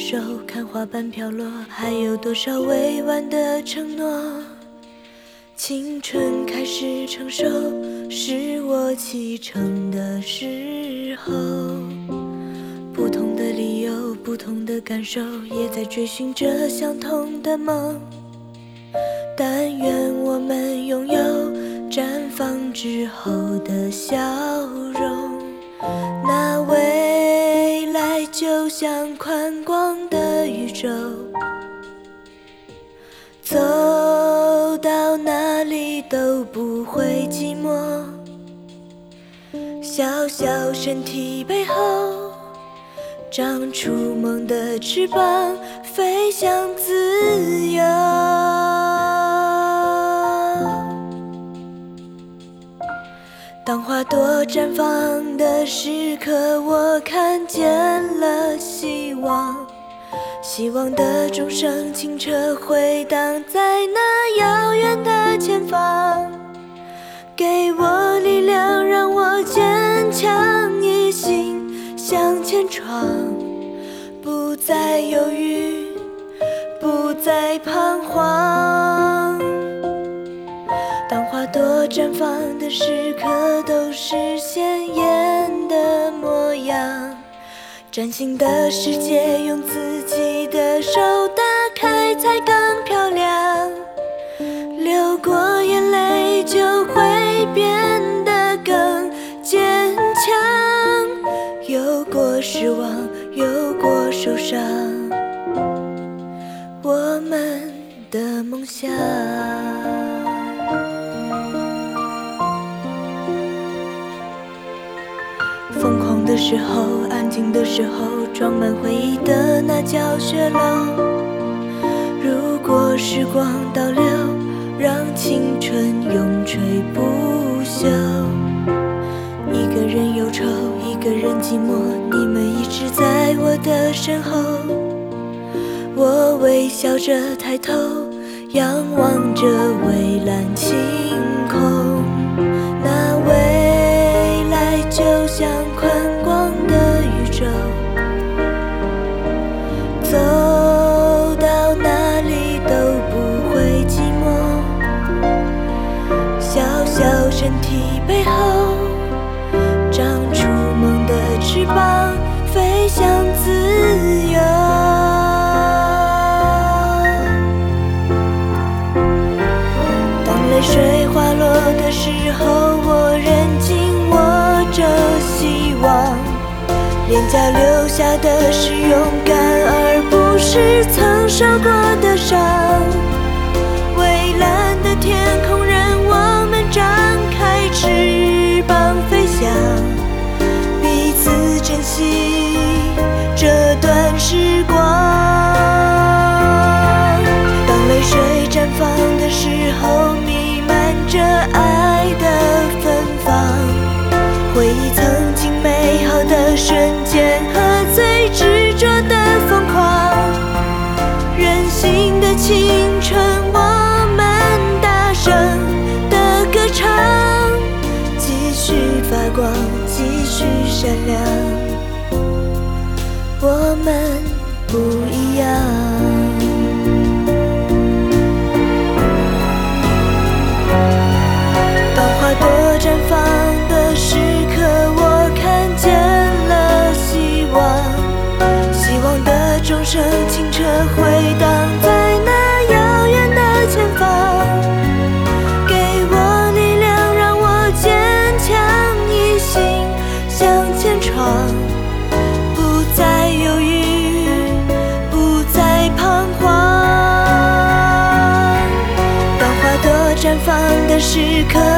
手，看花瓣飘落，还有多少委婉的承诺？青春开始成熟，是我启程的时候。不同的理由，不同的感受，也在追寻着相同的梦。但愿我们拥有绽放之后的笑容，那未来就像宽广的宇宙，走到哪里都不会寂寞。小小身体背后长出梦的翅膀，飞向自由。当花朵绽放的时刻，我看见了希望，希望的钟声清澈回荡在那遥远的前方，给我力量，让我坚强一心向前闯，不再犹豫，不再彷徨。当花朵绽放的时刻，都是鲜艳的模样。崭新的世界，用自己的手打开才更漂亮。流过眼泪，就会变得更坚强。有过失望，有过受伤，我们的梦想。疯狂的时候，安静的时候，装满回忆的那教学楼。如果时光倒流，让青春永垂不朽。一个人忧愁，一个人寂寞，你们一直在我的身后。我微笑着抬头，仰望着蔚蓝晴空，那未来就像宽广的宇宙，走到哪里都不会寂寞。小小身体背后长出梦的翅膀，飞向自由。当泪水滑落的时候，我认紧握着希望，脸颊留下的是勇敢，而不是曾受过的伤。蔚蓝的天空任我们张开翅膀飞翔，彼此珍惜这段时光。当泪水绽放的时候，弥漫着爱的芬芳，回忆曾经美好的瞬间和最执着的疯狂。任性的青春，我们大声的歌唱，继续发光，继续闪亮，我们不一样。当花朵绽放的时刻，我看见了希望，希望的钟声清澈回荡在那遥远的前方，给我力量，让我坚强一心向前闯，不再犹豫，不再彷徨。当花朵绽放的时刻，